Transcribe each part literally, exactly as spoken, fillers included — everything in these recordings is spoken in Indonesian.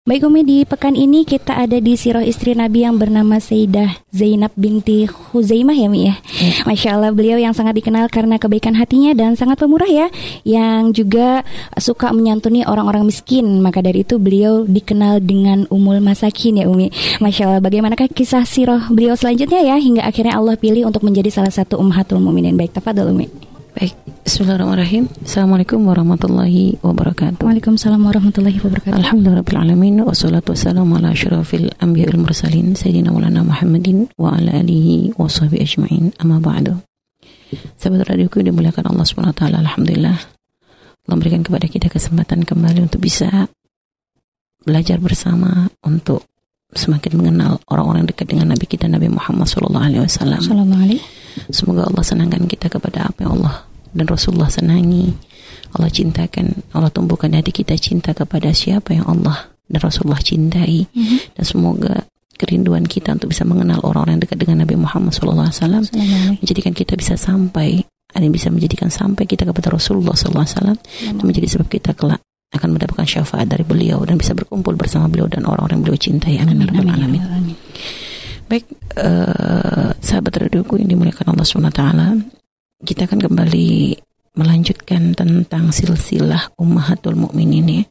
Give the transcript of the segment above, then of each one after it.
Baik Umi, di pekan ini kita ada di sirah istri Nabi yang bernama Sayyidah Zainab binti Khuzaimah ya Mi ya. ya. Masya Allah, beliau yang sangat dikenal karena kebaikan hatinya dan sangat pemurah ya, yang juga suka menyantuni orang-orang miskin. Maka dari itu beliau dikenal dengan Ummul Masakin ya Umi. Masya Allah, bagaimanakah kisah sirah beliau selanjutnya ya, hingga akhirnya Allah pilih untuk menjadi salah satu ummahatul mukminin. Baik, tafadhol Umi. Baik, bismillahirrahmanirrahim. Assalamualaikum warahmatullahi wabarakatuh. Waalaikumsalam warahmatullahi wabarakatuh. Alhamdulillahirrahmanirrahim. Wassalatu wassalamu ala asyrafil anbiya'il mursalin Sayyidina Maulana Muhammadin wa ala alihi wa sahbihi ajma'in. Amma ba'du. Sahabat radioku yang dimuliakan Allah subhanahu wa taala, alhamdulillah Allah memberikan kepada kita kesempatan kembali untuk bisa belajar bersama, untuk semakin mengenal orang-orang dekat dengan Nabi kita, Nabi Muhammad sallallahu alaihi wasallam. Sallallahu alaihi. Semoga Allah senangkan kita kepada apa yang Allah dan Rasulullah senangi. Allah cintakan, Allah tumbuhkan hati kita cinta kepada siapa yang Allah dan Rasulullah cintai. Mm-hmm. Dan semoga kerinduan kita untuk bisa mengenal orang-orang yang dekat dengan Nabi Muhammad sallallahu alaihi wasallam menjadikan kita bisa sampai, ada yang bisa menjadikan sampai kita kepada Rasulullah sallallahu alaihi wasallam, dan menjadi sebab kita kelak akan mendapatkan syafaat dari beliau dan bisa berkumpul bersama beliau dan orang-orang yang beliau cintai. Amin. Amin. Amin. Amin. Amin. Baik, uh, sahabat radioku yang dimuliakan Allah subhanahu wa taala, kita akan kembali melanjutkan tentang silsilah ummahatul mukminin ya.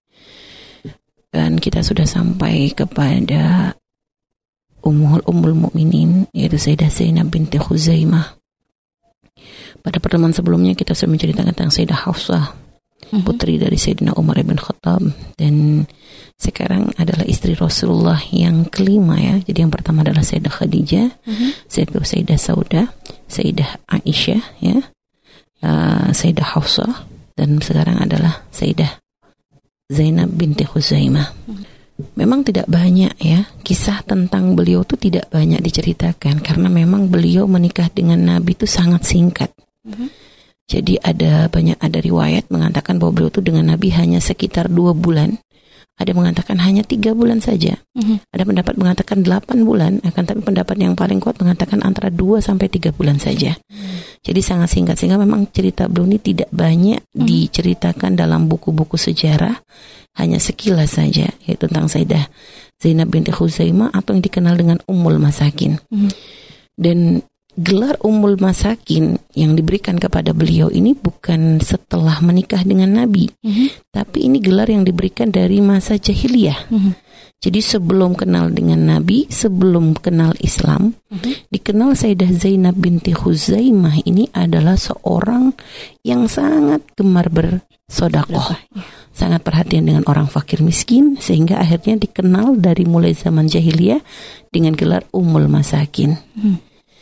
Dan kita sudah sampai kepada ummul ummul mukminin, yaitu Sayyidah Zainab binti Khuzaimah. Pada pertemuan sebelumnya kita sudah menceritakan tentang Sayyidah Hafsah, putri dari Sayyidina Umar bin Khattab, dan sekarang adalah istri Rasulullah yang kelima ya. Jadi yang pertama adalah Sayyidah Khadijah, uh-huh. Sayyidah Sayyidah Saudah, Sayyidah Aisyah ya, uh, Sayyidah Hafsah, dan sekarang adalah Sayyidah Zainab binti Khuzaimah. Uh-huh. Memang tidak banyak ya, kisah tentang beliau itu tidak banyak diceritakan karena memang beliau menikah dengan Nabi itu sangat singkat. Uh-huh. Jadi ada banyak ada riwayat mengatakan bahwa beliau itu dengan Nabi hanya sekitar dua bulan. Ada mengatakan hanya tiga bulan saja. Mm-hmm. Ada pendapat mengatakan delapan bulan. Akan tapi pendapat yang paling kuat mengatakan antara dua sampai tiga bulan saja. Mm. Jadi sangat singkat. Sehingga memang cerita beliau ini tidak banyak mm. diceritakan dalam buku-buku sejarah. Hanya sekilas saja. Yaitu tentang Sayyidah Zainab binti Khuzaimah atau yang dikenal dengan Ummul Masakin. Mm. Dan gelar Ummul Masakin yang diberikan kepada beliau ini bukan setelah menikah dengan Nabi, mm-hmm. tapi ini gelar yang diberikan dari masa jahiliyah. Mm-hmm. Jadi sebelum kenal dengan Nabi, sebelum kenal Islam, mm-hmm. dikenal Sayyidah Zainab binti Khuzaimah ini adalah seorang yang sangat gemar bersedekah, sangat perhatian dengan orang fakir miskin, sehingga akhirnya dikenal dari mulai zaman jahiliyah dengan gelar Ummul Masakin. Mm-hmm.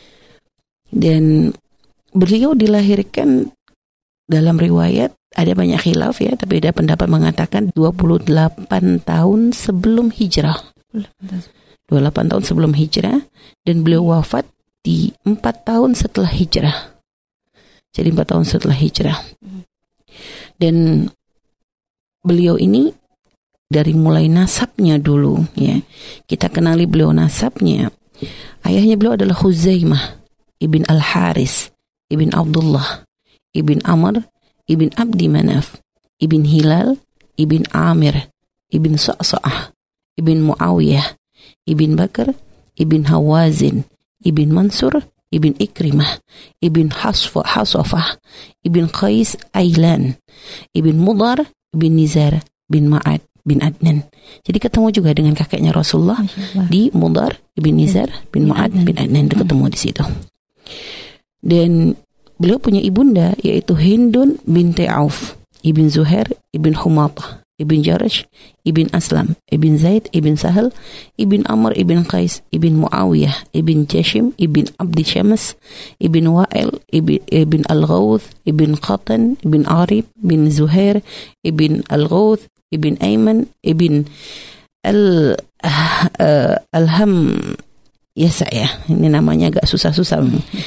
Dan beliau dilahirkan dalam riwayat ada banyak khilaf ya, tapi ada pendapat mengatakan dua puluh delapan tahun sebelum hijrah. dua puluh delapan tahun sebelum hijrah, dan beliau wafat di empat tahun setelah hijrah. Jadi empat tahun setelah hijrah. Dan beliau ini dari mulai nasabnya dulu ya. Kita kenali beliau nasabnya. Ayahnya beliau adalah Khuzaimah Ibn Al-Haris, Ibn Abdullah, Ibn Amr, Ibn Abdi Manaf, Ibn Hilal, Ibn Amir, Ibn Sa'sa'ah, Ibn Muawiyah, Ibn Bakar, Ibn Hawazin, Ibn Mansur, Ibn Ikrimah, Ibn Hasfa, Hasafah, Ibn Qais Ailan, Ibn Mudar, Ibn Nizar, bin Ma'ad, bin Adnan. Jadi ketemu juga dengan kakeknya Rasulullah di Mudar, Ibn Nizar, bin Ma'ad, bin Adnan. Itu ketemu di situ. Dan beliau punya ibunda yaitu Hindun binti Auf, Ibn Zuhair, Ibn Humatah, Ibn Jarash, Ibn Aslam, Ibn Zaid, Ibn Sahal, Ibn Amr, Ibn Qais, Ibn Muawiyah, Ibn Jashim, Ibn Abdi Syams, Ibn Wa'il, Ibn, Ibn Al-Ghawth, Ibn Qatan, Ibn Arib, Ibn Zuhair, Ibn Al-Ghawth, Ibn Ayman, Ibn Al uh, Alham Yasa ya, ini namanya agak susah-susah.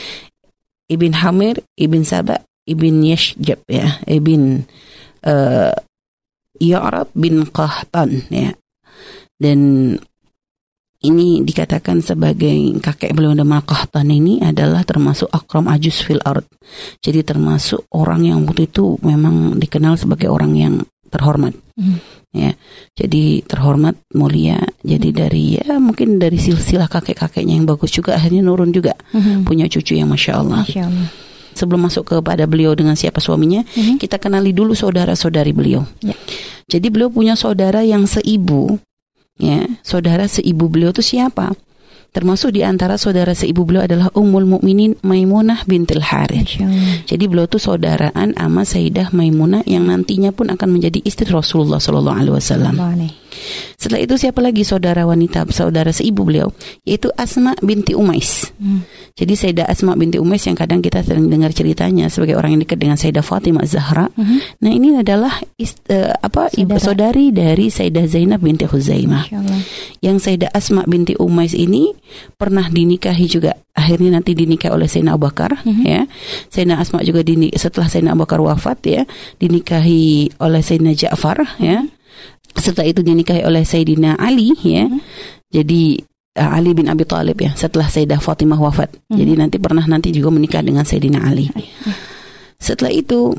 Ibn Hamir, Ibn Saba, Ibn Yashjab ya, Ibn uh, Ya'rab bin Qahtan ya. Dan ini dikatakan sebagai kakek beliau nama Qahtan ini adalah termasuk akram ajus fil ard. Jadi termasuk orang yang waktu itu memang dikenal sebagai orang yang terhormat. Hmm. Ya, jadi terhormat, mulia. Jadi dari ya mungkin dari silsilah kakek-kakeknya yang bagus juga akhirnya nurun juga, hmm. punya cucu yang masya Allah. Masya Allah. Sebelum masuk kepada beliau dengan siapa suaminya, hmm. kita kenali dulu saudara-saudari beliau. Ya. Jadi beliau punya saudara yang seibu. Ya, saudara seibu beliau itu siapa? Termasuk di antara saudara seibu beliau adalah Ummul Mukminin Maimunah bintil Harits. Jadi beliau itu saudaraan sama Sayyidah Maimunah yang nantinya pun akan menjadi istri Rasulullah sallallahu alaihi wasallam. Setelah itu siapa lagi saudara wanita, saudara seibu beliau, yaitu Asma binti Umais. Hmm. Jadi Sayyidah Asma binti Umais yang kadang kita sering dengar ceritanya sebagai orang yang dekat dengan Sayyidah Fatimah Zahra. Hmm. Nah, ini adalah ist, uh, apa ibu saudari dari Sayyidah Zainab binti Khuzaimah. Yang Sayyidah Asma binti Umais ini pernah dinikahi juga, akhirnya nanti dinikahi oleh Sayyidina Abu Bakar. Hmm. Ya. Sayyidina Asma juga dinik- setelah Sayyidina Abu Bakar wafat ya, dinikahi oleh Sayyidina Ja'far. Hmm. Ya. Setelah itu dinikahi oleh Sayyidina Ali ya. Hmm. Jadi uh, Ali bin Abi Thalib ya, setelah Sayyidah Fatimah wafat. Hmm. Jadi nanti pernah nanti juga menikah dengan Sayyidina Ali. Hmm. Setelah itu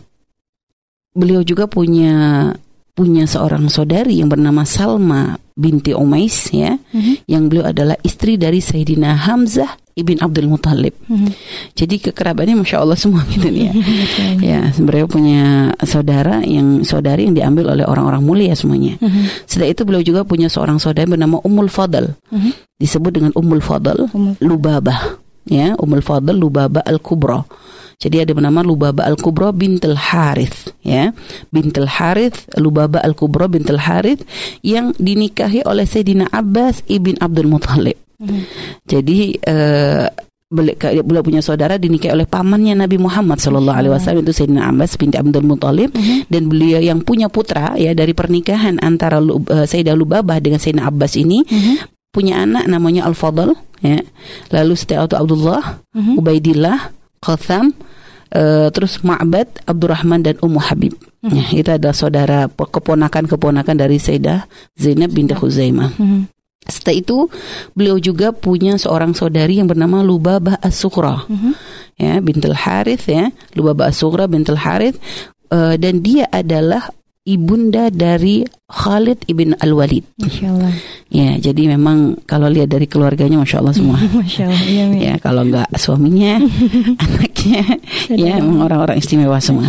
beliau juga punya punya seorang saudari yang bernama Salma binti Umais ya. Hmm. Yang beliau adalah istri dari Sayyidina Hamzah ibn Abdul Muthalib. Hmm. Jadi kekerabannya masya Allah semua gitu nih ya. Ya, beliau punya saudara yang saudari yang diambil oleh orang-orang mulia semuanya. Hmm. Setelah itu beliau juga punya seorang saudari bernama Ummul Fadl. Hmm. Disebut dengan Ummul Fadl Lubabah. Ya, Ummul Fadl Lubabah Al-Kubra. Jadi ada bernama Lubabah Al-Kubra bintul Harits ya. Bintul Harits, Lubabah Al-Kubra bintul Harits yang dinikahi oleh Sayyidina Abbas ibn Abdul Muthalib. Hmm. Jadi uh, beliau punya saudara dinikahi oleh pamannya Nabi Muhammad sallallahu alaihi wasallam, itu Sayyidina Abbas bin Abdul Muthalib. Hmm. Dan beliau yang punya putra ya dari pernikahan antara uh, Sayyidah Lubabah dengan Sayyidina Abbas ini, hmm. punya anak namanya Al-Fadl ya. Lalu setelah itu Abdullah, hmm. Ubaidillah, Qatham, uh, terus Ma'bad, Abdurrahman dan Ummu Habib. Hmm. Ya, itu adalah saudara keponakan-keponakan dari Sayyidah Zainab binti Khuzaimah. Hmm. Setelah itu beliau juga punya seorang saudari yang bernama Lubabah As-Sughra. Mm-hmm. Ya, bintul Harits ya, Lubabah As-Sughra bintul Harits, uh, dan dia adalah ibunda dari Khalid ibn Al-Walid. Masyaallah. Ya, jadi memang kalau lihat dari keluarganya Masya Allah semua. Masya Allah, ya, ya, kalau enggak suaminya, anaknya, ya memang orang-orang istimewa semua.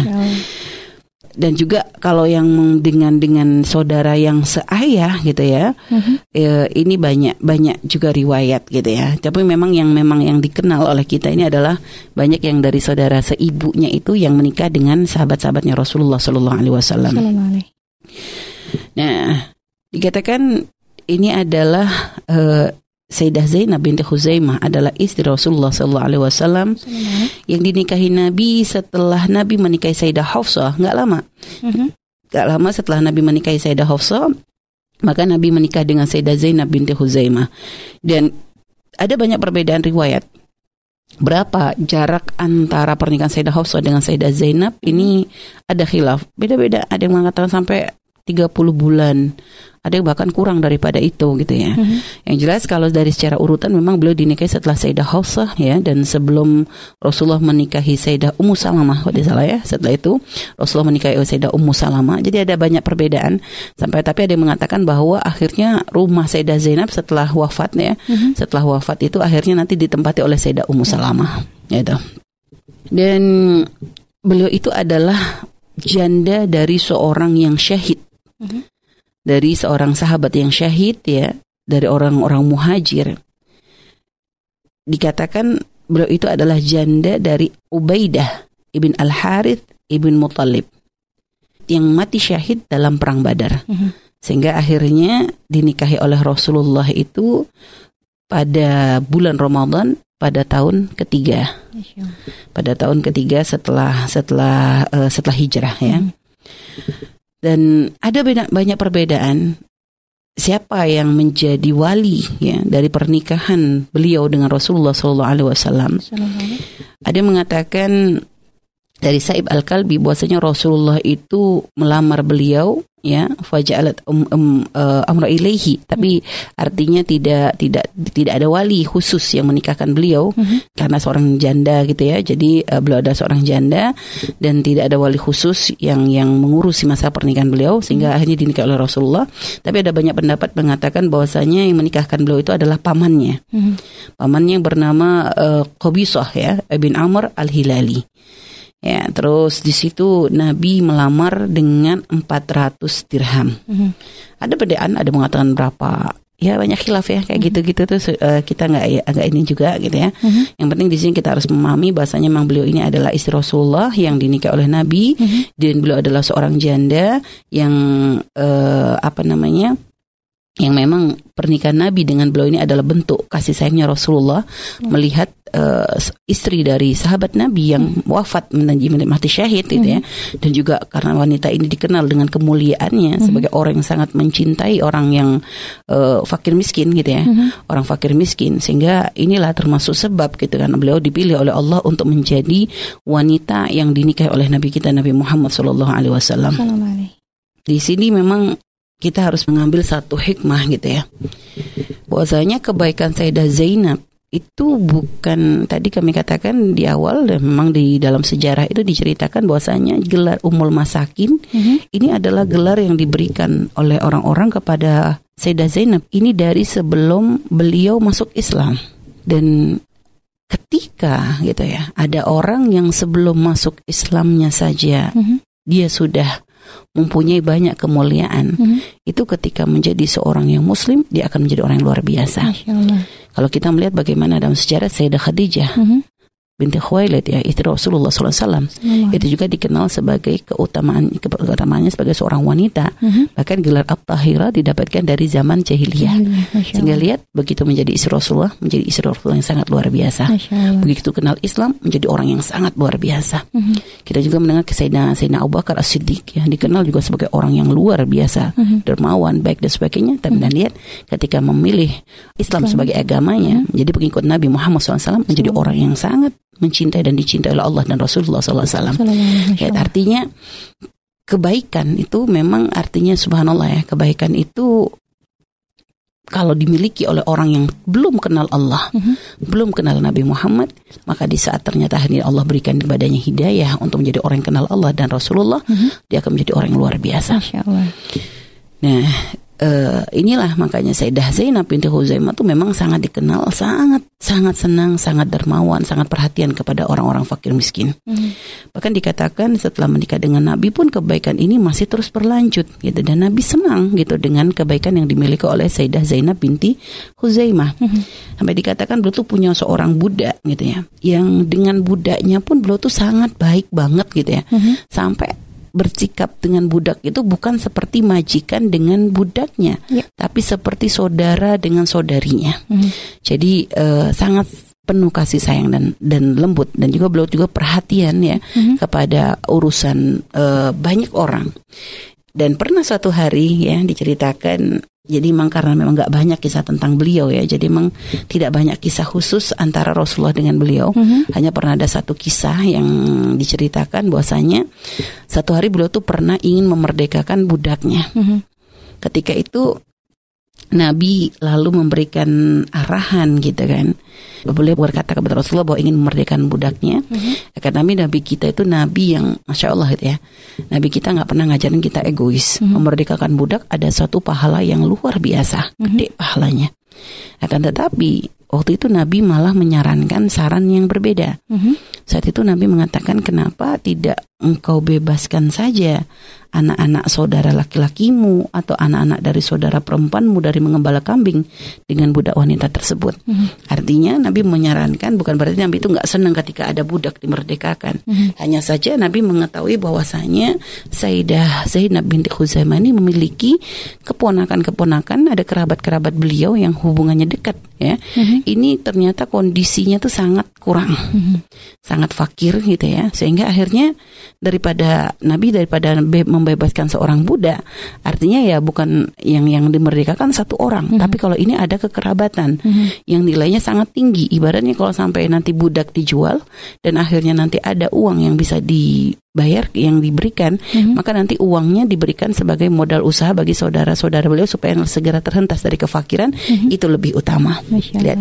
Dan juga kalau yang dengan dengan saudara yang seayah gitu ya, uh-huh. e, ini banyak banyak juga riwayat gitu ya. Tapi memang yang memang yang dikenal oleh kita ini adalah banyak yang dari saudara seibunya itu yang menikah dengan sahabat-sahabatnya Rasulullah Sallallahu Alaihi Wasallam. Nah, dikatakan ini adalah e, Sayyidah Zainab binti Khuzaimah adalah istri Rasulullah sallallahu alaihi wasallam yang dinikahi Nabi setelah Nabi menikahi Sayyidah Hafsah, enggak lama. Uh-huh. Enggak lama setelah Nabi menikahi Sayyidah Hafsah, maka Nabi menikah dengan Sayyidah Zainab binti Khuzaimah. Dan ada banyak perbedaan riwayat. Berapa jarak antara pernikahan Sayyidah Hafsah dengan Sayyidah Zainab ini ada khilaf. Beda-beda, ada yang mengatakan sampai tiga puluh bulan. Ada yang bahkan kurang daripada itu gitu ya. Mm-hmm. Yang jelas kalau dari secara urutan memang beliau dinikahi setelah Sayyidah Hafsah ya, dan sebelum Rasulullah menikahi Sayyidah Ummu Salamah, kalau tidak salah ya. Setelah itu Rasulullah menikahi Sayyidah Ummu Salamah. Jadi ada banyak perbedaan sampai tapi ada yang mengatakan bahwa akhirnya rumah Sayyidah Zainab setelah wafat ya, mm-hmm. setelah wafat itu akhirnya nanti ditempati oleh Sayyidah Ummu Salamah. Ya itu. Dan beliau itu adalah janda dari seorang yang syahid. Mm-hmm. Dari seorang sahabat yang syahid ya, dari orang-orang muhajir. Dikatakan beliau itu adalah janda dari Ubaidah ibn Al-Harith ibn Muthalib yang mati syahid dalam perang Badar. Mm-hmm. Sehingga akhirnya dinikahi oleh Rasulullah itu pada bulan Ramadan pada tahun ketiga. Pada tahun ketiga setelah setelah uh, setelah hijrah ya. Mm-hmm. Dan ada beda, banyak perbedaan siapa yang menjadi wali ya dari pernikahan beliau dengan Rasulullah Sallallahu Alaihi Wasallam. Ada yang mengatakan dari Sa'ib Al-Kalbi bahwasanya Rasulullah itu melamar beliau, ya, faja'alat um, um, uh, amra ilaihi, tapi artinya tidak tidak tidak ada wali khusus yang menikahkan beliau, mm-hmm. karena seorang janda gitu ya. Jadi uh, beliau ada seorang janda dan tidak ada wali khusus yang yang mengurusi masa pernikahan beliau, sehingga mm-hmm. akhirnya dinikahi oleh Rasulullah. Tapi ada banyak pendapat mengatakan bahwasanya yang menikahkan beliau itu adalah pamannya, mm-hmm. pamannya yang bernama uh, Qabisah, ya, bin Amr Al-Hilali. Ya, terus di situ Nabi melamar dengan empat ratus dirham. Mm-hmm. Ada perbedaan, ada mengatakan berapa? Ya banyak khilaf ya, kayak mm-hmm. gitu-gitu tuh uh, kita nggak ya, agak ini juga gitu ya. Mm-hmm. Yang penting di sini kita harus memahami bahasanya memang beliau ini adalah istri Rasulullah yang dinikahi oleh Nabi, mm-hmm. dan beliau adalah seorang janda yang uh, apa namanya? yang memang pernikahan Nabi dengan beliau ini adalah bentuk kasih sayangnya Rasulullah, hmm. melihat uh, istri dari sahabat Nabi yang hmm. wafat mati syahid gitu hmm. ya. Dan juga karena wanita ini dikenal dengan kemuliaannya hmm. sebagai orang yang sangat mencintai orang yang uh, fakir miskin gitu ya, hmm. orang fakir miskin, sehingga inilah termasuk sebab gitu kan beliau dipilih oleh Allah untuk menjadi wanita yang dinikahi oleh Nabi kita Nabi Muhammad sallallahu alaihi wasallam. Di sini memang kita harus mengambil satu hikmah gitu ya, bahwasanya kebaikan Sayyidah Zainab itu bukan, tadi kami katakan di awal, dan memang di dalam sejarah itu diceritakan bahwasanya gelar Ummul Masakin mm-hmm. ini adalah gelar yang diberikan oleh orang-orang kepada Sayyidah Zainab ini dari sebelum beliau masuk Islam. Dan ketika gitu ya, ada orang yang sebelum masuk Islamnya saja mm-hmm. dia sudah mempunyai banyak kemuliaan, mm-hmm. itu ketika menjadi seorang yang muslim dia akan menjadi orang yang luar biasa. Kalau kita melihat bagaimana dalam sejarah Sayyidah Khadijah mm-hmm. binti Khuwailid, ya, istri Rasulullah sallallahu alaihi wasallam, itu juga dikenal sebagai keutamaan keutamaannya sebagai seorang wanita. Mm-hmm. Bahkan gelar At-Tahira didapatkan dari zaman jahiliyah. Sehingga lihat, begitu menjadi istri Rasulullah, menjadi istri Rasulullah yang sangat luar biasa. Begitu kenal Islam, menjadi orang yang sangat luar biasa. Mm-hmm. Kita juga mendengar Sayyidina Sayyidina Abu Bakar As-Siddiq, ya, dikenal juga sebagai orang yang luar biasa, mm-hmm. dermawan, baik dan sebagainya. Tapi mm-hmm. dan lihat, ketika memilih Islam, Islam. sebagai agamanya, mm-hmm. menjadi pengikut Nabi Muhammad sallallahu alaihi wasallam, menjadi orang yang sangat mencintai dan dicintai oleh Allah dan Rasulullah sallallahu alaihi wasallam. Ya, artinya kebaikan itu memang artinya subhanallah, ya, kebaikan itu kalau dimiliki oleh orang yang belum kenal Allah, mm-hmm. belum kenal Nabi Muhammad, maka di saat ternyata hari Allah berikan kepadanya hidayah untuk menjadi orang yang kenal Allah dan Rasulullah, mm-hmm. dia akan menjadi orang yang luar biasa. Masya Allah. Nah, Uh, inilah makanya Sayyidah Zainab binti Khuzaimah itu memang sangat dikenal, sangat sangat senang, sangat dermawan, sangat perhatian kepada orang-orang fakir miskin. Mm. Bahkan dikatakan setelah menikah dengan Nabi pun kebaikan ini masih terus berlanjut gitu, dan Nabi senang gitu dengan kebaikan yang dimiliki oleh Sayyidah Zainab binti Khuzaimah. Mm-hmm. Sampai dikatakan beliau tuh punya seorang budak gitu ya, yang dengan budaknya pun beliau tuh sangat baik banget gitu ya. Mm-hmm. Sampai bersikap dengan budak itu bukan seperti majikan dengan budaknya, ya. tapi seperti saudara dengan saudarinya. Mm-hmm. Jadi uh, sangat penuh kasih sayang dan dan lembut, dan juga beliau juga perhatian ya mm-hmm. kepada urusan uh, banyak orang. Dan pernah suatu hari ya diceritakan, jadi memang karena memang gak banyak kisah tentang beliau ya, jadi memang tidak banyak kisah khusus antara Rasulullah dengan beliau. Mm-hmm. Hanya pernah ada satu kisah yang diceritakan bahwasanya satu hari beliau tuh pernah ingin memerdekakan budaknya. Mm-hmm. Ketika itu Nabi lalu memberikan arahan gitu kan, beliau berkata kepada Rasulullah bahwa ingin memerdekakan budaknya. Mm-hmm. Karena Nabi Nabi kita itu Nabi yang Masya Allah gitu ya, Nabi kita gak pernah ngajarin kita egois. Mm-hmm. Memerdekakan budak ada suatu pahala yang luar biasa, mm-hmm. gede pahalanya. Akan tetapi waktu itu Nabi malah menyarankan saran yang berbeda. Mm-hmm. Saat itu Nabi mengatakan, kenapa tidak engkau bebaskan saja anak-anak saudara laki-lakimu atau anak-anak dari saudara perempuanmu dari mengembala kambing dengan budak wanita tersebut. Mm-hmm. Artinya Nabi menyarankan, bukan berarti Nabi itu gak senang ketika ada budak dimerdekakan. Mm-hmm. Hanya saja Nabi mengetahui bahwasanya Sayyidah Zainab binti Khuzaimah ini memiliki keponakan-keponakan, ada kerabat-kerabat beliau yang hubungannya dekat ya. Mm-hmm. Ini ternyata kondisinya tuh sangat kurang, mm-hmm. sangat fakir gitu ya, sehingga akhirnya daripada Nabi daripada be- membebaskan seorang budak, artinya ya bukan yang yang dimerdekakan satu orang, mm-hmm. tapi kalau ini ada kekerabatan mm-hmm. yang nilainya sangat tinggi. Ibaratnya kalau sampai nanti budak dijual dan akhirnya nanti ada uang yang bisa dibayar yang diberikan, mm-hmm. maka nanti uangnya diberikan sebagai modal usaha bagi saudara-saudara beliau supaya segera terhentas dari kefakiran, mm-hmm. itu lebih utama. Lihat.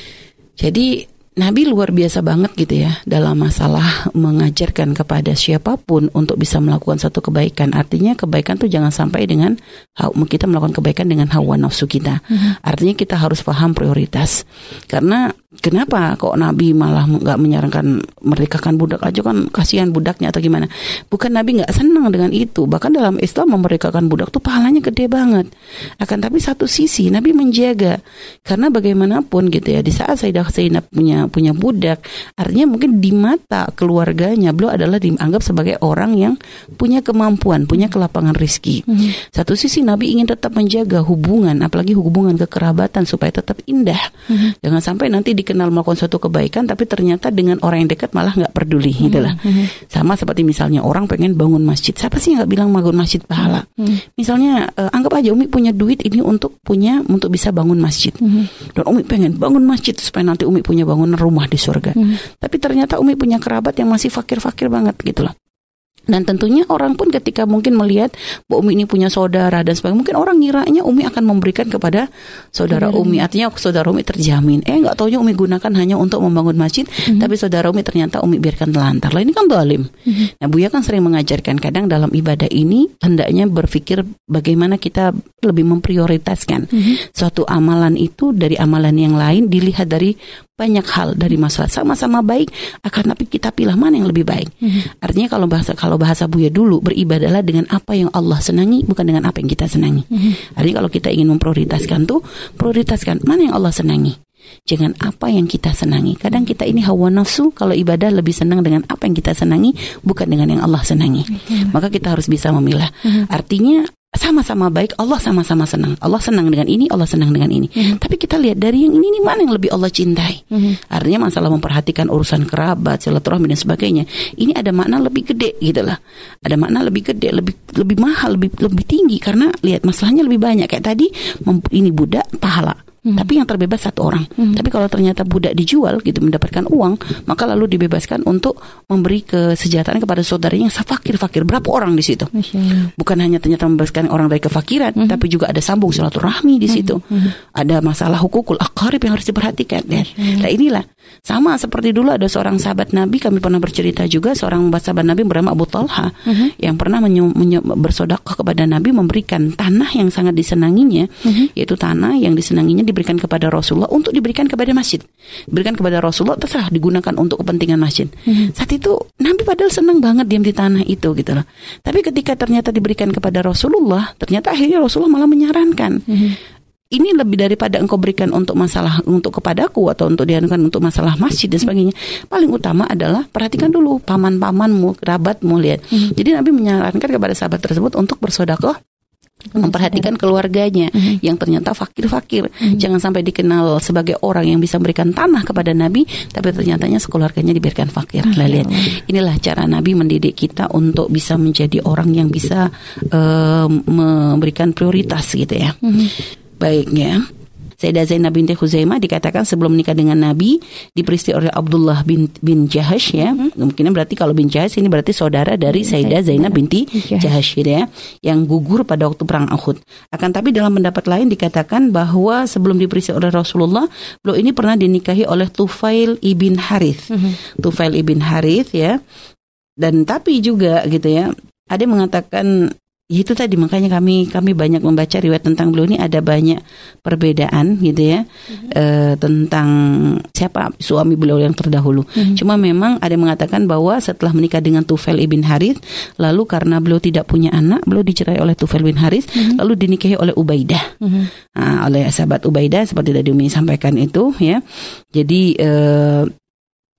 Jadi Nabi luar biasa banget gitu ya dalam masalah mengajarkan kepada siapapun untuk bisa melakukan satu kebaikan. Artinya kebaikan tuh jangan sampai dengan kita melakukan kebaikan dengan hawa nafsu kita. Mm-hmm. Artinya kita harus paham prioritas. Karena kenapa kok Nabi malah nggak menyarankan merdekakan budak aja, kan kasihan budaknya atau gimana? Bukan Nabi nggak senang dengan itu. Bahkan dalam Islam memerdekakan budak tuh pahalanya gede banget. Akan tapi satu sisi Nabi menjaga, karena bagaimanapun gitu ya, di saat Sayyidah Zainab punya punya budak, artinya mungkin di mata keluarganya beliau adalah dianggap sebagai orang yang punya kemampuan, punya kelapangan rezeki. Mm-hmm. Satu sisi Nabi ingin tetap menjaga hubungan, apalagi hubungan kekerabatan supaya tetap indah. Mm-hmm. Jangan sampai nanti dikenal melakukan suatu kebaikan tapi ternyata dengan orang yang dekat malah nggak peduli. Mm-hmm. Gitulah. Mm-hmm. Sama seperti misalnya orang pengen bangun masjid, siapa sih yang nggak bilang bangun masjid pahala? Mm-hmm. Misalnya uh, anggap aja Umi punya duit ini untuk punya untuk bisa bangun masjid. Mm-hmm. Dan Umi pengen bangun masjid supaya nanti Umi punya bangunan rumah di surga. Hmm. Tapi ternyata Umi punya kerabat yang masih fakir-fakir banget gitu loh. Dan tentunya orang pun ketika mungkin melihat bahwa Umi ini punya saudara dan sebagainya, mungkin orang ngiranya Umi akan memberikan kepada saudara hmm. Umi. Artinya saudara Umi terjamin. Eh nggak taunya Umi gunakan hanya untuk membangun masjid, hmm. tapi saudara Umi ternyata Umi biarkan telantar. Lah ini kan zalim. Hmm. Nah Buya kan sering mengajarkan kadang dalam ibadah ini hendaknya berpikir bagaimana kita lebih memprioritaskan hmm. suatu amalan itu dari amalan yang lain, dilihat dari banyak hal dari masalah sama-sama baik, akan tapi kita pilih mana yang lebih baik. Mm-hmm. Artinya kalau bahasa kalau bahasa Buya dulu, beribadahlah dengan apa yang Allah senangi, bukan dengan apa yang kita senangi. Mm-hmm. Artinya kalau kita ingin memprioritaskan tuh, prioritaskan mana yang Allah senangi, jangan apa yang kita senangi. Kadang kita ini hawa nafsu, kalau ibadah lebih senang dengan apa yang kita senangi, bukan dengan yang Allah senangi. Mm-hmm. Maka kita harus bisa memilah. Mm-hmm. Artinya sama-sama baik, Allah sama-sama senang. Allah senang dengan ini, Allah senang dengan ini. Mm-hmm. Tapi kita lihat dari yang ini, ini mana yang lebih Allah cintai. Mm-hmm. Artinya masalah memperhatikan urusan kerabat, silaturahmi dan sebagainya. Ini ada makna lebih gede gitu lah. Ada makna lebih gede, lebih lebih mahal, lebih lebih tinggi karena lihat masalahnya lebih banyak. Kayak tadi ini budak pahala. Hmm. Tapi yang terbebas satu orang. Hmm. Tapi kalau ternyata budak dijual gitu mendapatkan uang, maka lalu dibebaskan untuk memberi kesejahteraan kepada saudaranya yang fakir-fakir. Berapa orang di situ? Bukan hanya ternyata membebaskan orang dari kefakiran, hmm. tapi juga ada sambung silaturahmi di situ. Hmm. Ada masalah hukukul aqarib yang harus diperhatikan. Nah inilah sama seperti dulu ada seorang sahabat Nabi, kami pernah bercerita juga, seorang sahabat Nabi bernama Abu Talha hmm. yang pernah menyu- menyu- bersedekah kepada Nabi, memberikan tanah yang sangat disenanginya, hmm. yaitu tanah yang disenanginya diberikan kepada Rasulullah untuk diberikan kepada masjid. Diberikan kepada Rasulullah, terserah digunakan untuk kepentingan masjid. Hmm. Saat itu Nabi padahal senang banget diam di tanah itu gitu loh. Tapi ketika ternyata diberikan kepada Rasulullah, ternyata akhirnya Rasulullah malah menyarankan, hmm. ini lebih daripada engkau berikan untuk masalah untuk kepadaku atau untuk dianukan untuk masalah masjid dan sebagainya. Paling utama adalah perhatikan dulu paman-pamanmu, kerabatmu, lihat. Hmm. Jadi Nabi menyarankan kepada sahabat tersebut untuk bersedekah, memperhatikan keluarganya mm-hmm. yang ternyata fakir-fakir. Mm-hmm. Jangan sampai dikenal sebagai orang yang bisa memberikan tanah kepada Nabi, tapi ternyatanya sekeluarganya dibiarkan fakir. Mm-hmm. Lah lihat, inilah cara Nabi mendidik kita untuk bisa menjadi orang yang bisa uh, memberikan prioritas gitu ya. Mm-hmm. Baiknya. Sayyidah Zainab binti Khuzaimah dikatakan sebelum menikah dengan Nabi diperisti oleh Abdullah bin bin Jahash ya. Mm-hmm. Mungkin berarti kalau bin Jahash ini berarti saudara dari Sayyidah Zainab binti Jahash gitu ya, yang gugur pada waktu perang Uhud. Akan tapi dalam pendapat lain dikatakan bahwa sebelum diperisti oleh Rasulullah, beliau ini pernah dinikahi oleh Tufail ibn Harith. Mm-hmm. Tufail ibn Harith ya. Dan tapi juga gitu ya, ada yang mengatakan itu tadi, makanya kami kami banyak membaca riwayat tentang beliau ini, ada banyak perbedaan gitu ya, mm-hmm. e, tentang siapa suami beliau yang terdahulu. Mm-hmm. Cuma memang ada yang mengatakan bahwa setelah menikah dengan Tufail ibn Harith, lalu karena beliau tidak punya anak, beliau dicerai oleh Tufail bin Harith, mm-hmm. lalu dinikahi oleh Ubaidah, mm-hmm. nah, oleh sahabat Ubaidah seperti tadi Umi sampaikan itu ya. Jadi e,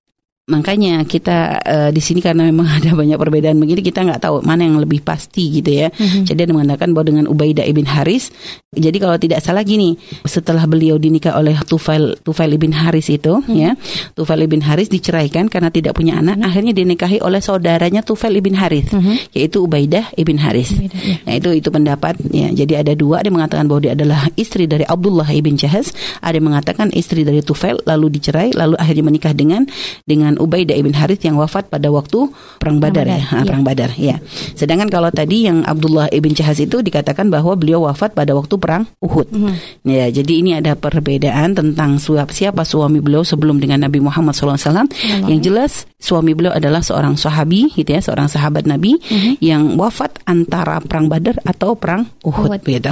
makanya kita uh, di sini karena memang ada banyak perbedaan begini, kita nggak tahu mana yang lebih pasti gitu ya. Mm-hmm. Jadi ada mengatakan bahwa dengan Ubaidah ibn Haris, jadi kalau tidak salah gini, setelah beliau dinikah oleh Tufail Tufail ibn Haris itu, mm-hmm. ya, Tufail ibn Haris diceraikan karena tidak punya anak, mm-hmm. akhirnya dinikahi oleh saudaranya Tufail ibn Haris, mm-hmm. yaitu Ubaidah ibn Haris. Ubaidah, ya. Nah itu itu pendapat, ya. Jadi ada dua, ada yang mengatakan bahwa dia adalah istri dari Abdullah ibn Jahaz, ada yang mengatakan istri dari Tufail, lalu dicerai, lalu akhirnya menikah dengan dengan Ubaidah ibn Harith yang wafat pada waktu perang Badar, ya, ya. perang Badar ya. Sedangkan kalau tadi yang Abdullah ibn Jahaz itu dikatakan bahwa beliau wafat pada waktu perang Uhud. Mm-hmm. Ya, jadi ini ada perbedaan tentang siapa suami beliau sebelum dengan Nabi Muhammad shallallahu alaihi wasallam. Mm-hmm. Yang jelas suami beliau adalah seorang sahabi, gitu ya, seorang sahabat Nabi, mm-hmm. yang wafat antara perang Badar atau perang Uhud, Uhud. Gitu.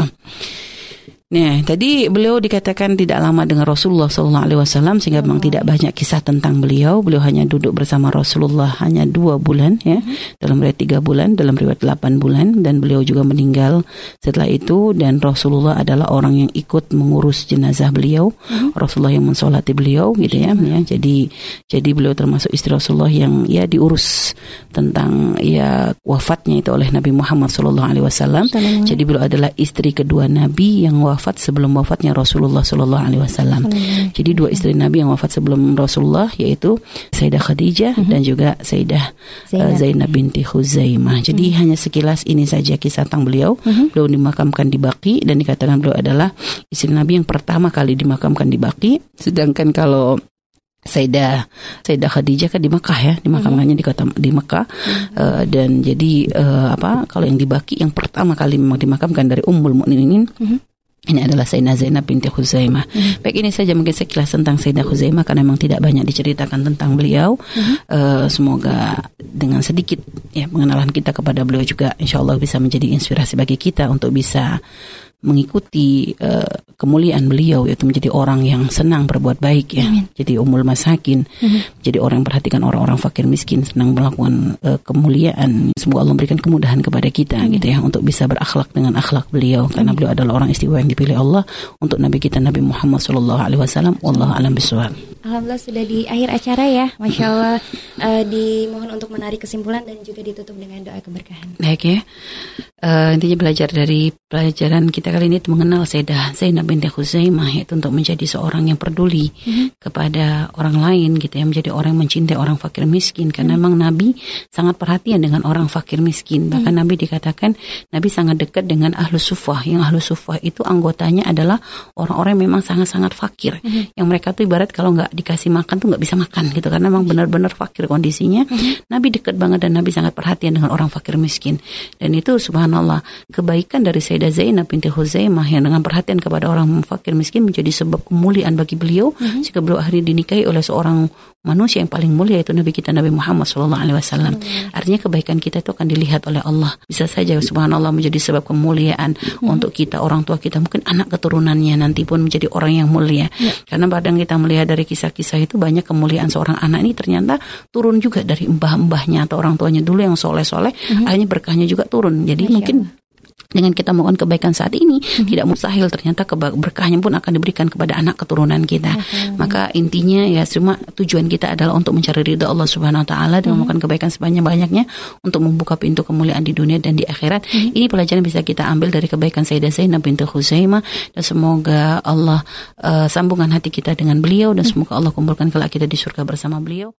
Nah, tadi beliau dikatakan tidak lama dengan Rasulullah shallallahu alaihi wasallam sehingga memang tidak banyak kisah tentang beliau. Beliau hanya duduk bersama Rasulullah hanya dua bulan, ya, mm-hmm. dalam riwayat tiga bulan, dalam riwayat delapan bulan, dan beliau juga meninggal setelah itu. Dan Rasulullah adalah orang yang ikut mengurus jenazah beliau, mm-hmm. Rasulullah yang mensolati beliau, gitu ya. Mm-hmm. ya. Jadi, jadi beliau termasuk istri Rasulullah yang ya diurus tentang ya wafatnya itu oleh Nabi Muhammad shallallahu alaihi wasallam. Mm-hmm. Jadi beliau adalah istri kedua Nabi yang wafat sebelum wafatnya Rasulullah Sallallahu Alaihi Wasallam. Jadi dua istri Nabi yang wafat sebelum Rasulullah yaitu Sayyidah Khadijah mm-hmm. dan juga Sayyidah Zainab, uh, Zainab binti Khuzaimah. Jadi mm-hmm. hanya sekilas ini saja kisah tentang beliau. Mm-hmm. Beliau dimakamkan di Baqi dan dikatakan beliau adalah istri Nabi yang pertama kali dimakamkan di Baqi. Sedangkan kalau Sayyidah Sayyidah Khadijah kan di Mekah, ya, dimakamkannya di kota di Mekah, mm-hmm. uh, dan jadi uh, apa kalau yang di Baqi yang pertama kali memang dimakamkan dari Ummul Mukminin. Mm-hmm. Ini adalah Sayyidah Zainab binti Khuzaimah. Mm-hmm. Baik, ini saja mungkin sekilas tentang Sayyidah Khuzaimah karena memang tidak banyak diceritakan tentang beliau. Mm-hmm. Uh, semoga dengan sedikit ya pengenalan kita kepada beliau juga insyaallah bisa menjadi inspirasi bagi kita untuk bisa mengikuti uh, kemuliaan beliau, yaitu menjadi orang yang senang berbuat baik, ya. Amin. Jadi umul masakin, mm-hmm. jadi orang yang perhatikan orang-orang fakir miskin, senang melakukan uh, kemuliaan. Semoga Allah memberikan kemudahan kepada kita, mm-hmm. gitu ya, untuk bisa berakhlak dengan akhlak beliau, karena mm-hmm. beliau adalah orang istimewa yang dipilih Allah untuk Nabi kita Nabi Muhammad Sallallahu Alaihi Wasallam. Wallahu a'lam bishawab. Alhamdulillah sudah di akhir acara, ya, Masya Allah. uh, dimohon untuk menarik kesimpulan dan juga ditutup dengan doa keberkahan. Baik, ya. Uh, intinya belajar dari pelajaran kita kali ini itu mengenal Sayyidah Zainab binti Khuzaimah, yaitu untuk menjadi seorang yang peduli mm-hmm. kepada orang lain, gitu ya, menjadi orang yang mencintai orang fakir miskin, karena mm-hmm. memang Nabi sangat perhatian dengan orang fakir miskin. Bahkan mm-hmm. Nabi dikatakan Nabi sangat dekat dengan Ahlus Suffah, yang Ahlus Suffah itu anggotanya adalah orang-orang yang memang sangat-sangat fakir, mm-hmm. yang mereka tuh ibarat kalau nggak dikasih makan tuh nggak bisa makan, gitu, karena memang benar-benar fakir kondisinya. Mm-hmm. Nabi dekat banget dan Nabi sangat perhatian dengan orang fakir miskin, dan itu subhanallah kebaikan dari Sayyidah Zainab binti Khuzaimah yang dengan perhatian kepada orang fakir miskin menjadi sebab kemuliaan bagi beliau, mm-hmm. sehingga beliau akhirnya dinikahi oleh seorang manusia yang paling mulia, yaitu Nabi kita Nabi Muhammad Sallallahu Alaihi Wasallam. Mm-hmm. Artinya kebaikan kita itu akan dilihat oleh Allah, bisa saja subhanallah menjadi sebab kemuliaan mm-hmm. untuk kita, orang tua kita, mungkin anak keturunannya nanti pun menjadi orang yang mulia. Yeah. Karena kadang kita melihat dari kisah-kisah itu banyak kemuliaan seorang anak ini ternyata turun juga dari mbah-mbahnya atau orang tuanya dulu yang soleh-soleh, mm-hmm. akhirnya berkahnya juga turun. Jadi Masya mungkin Allah. Dengan kita melakukan kebaikan saat ini, hmm. tidak mustahil ternyata berkahnya pun akan diberikan kepada anak keturunan kita. Hmm. Maka intinya ya semua tujuan kita adalah untuk mencari ridha Allah Subhanahu Wa Taala dengan hmm. melakukan kebaikan sebanyak-banyaknya untuk membuka pintu kemuliaan di dunia dan di akhirat. Hmm. Ini pelajaran bisa kita ambil dari kebaikan Sayyidah Zainab binti Khuzaimah, dan semoga Allah uh, sambungkan hati kita dengan beliau, dan semoga Allah kumpulkan kelak kita di surga bersama beliau.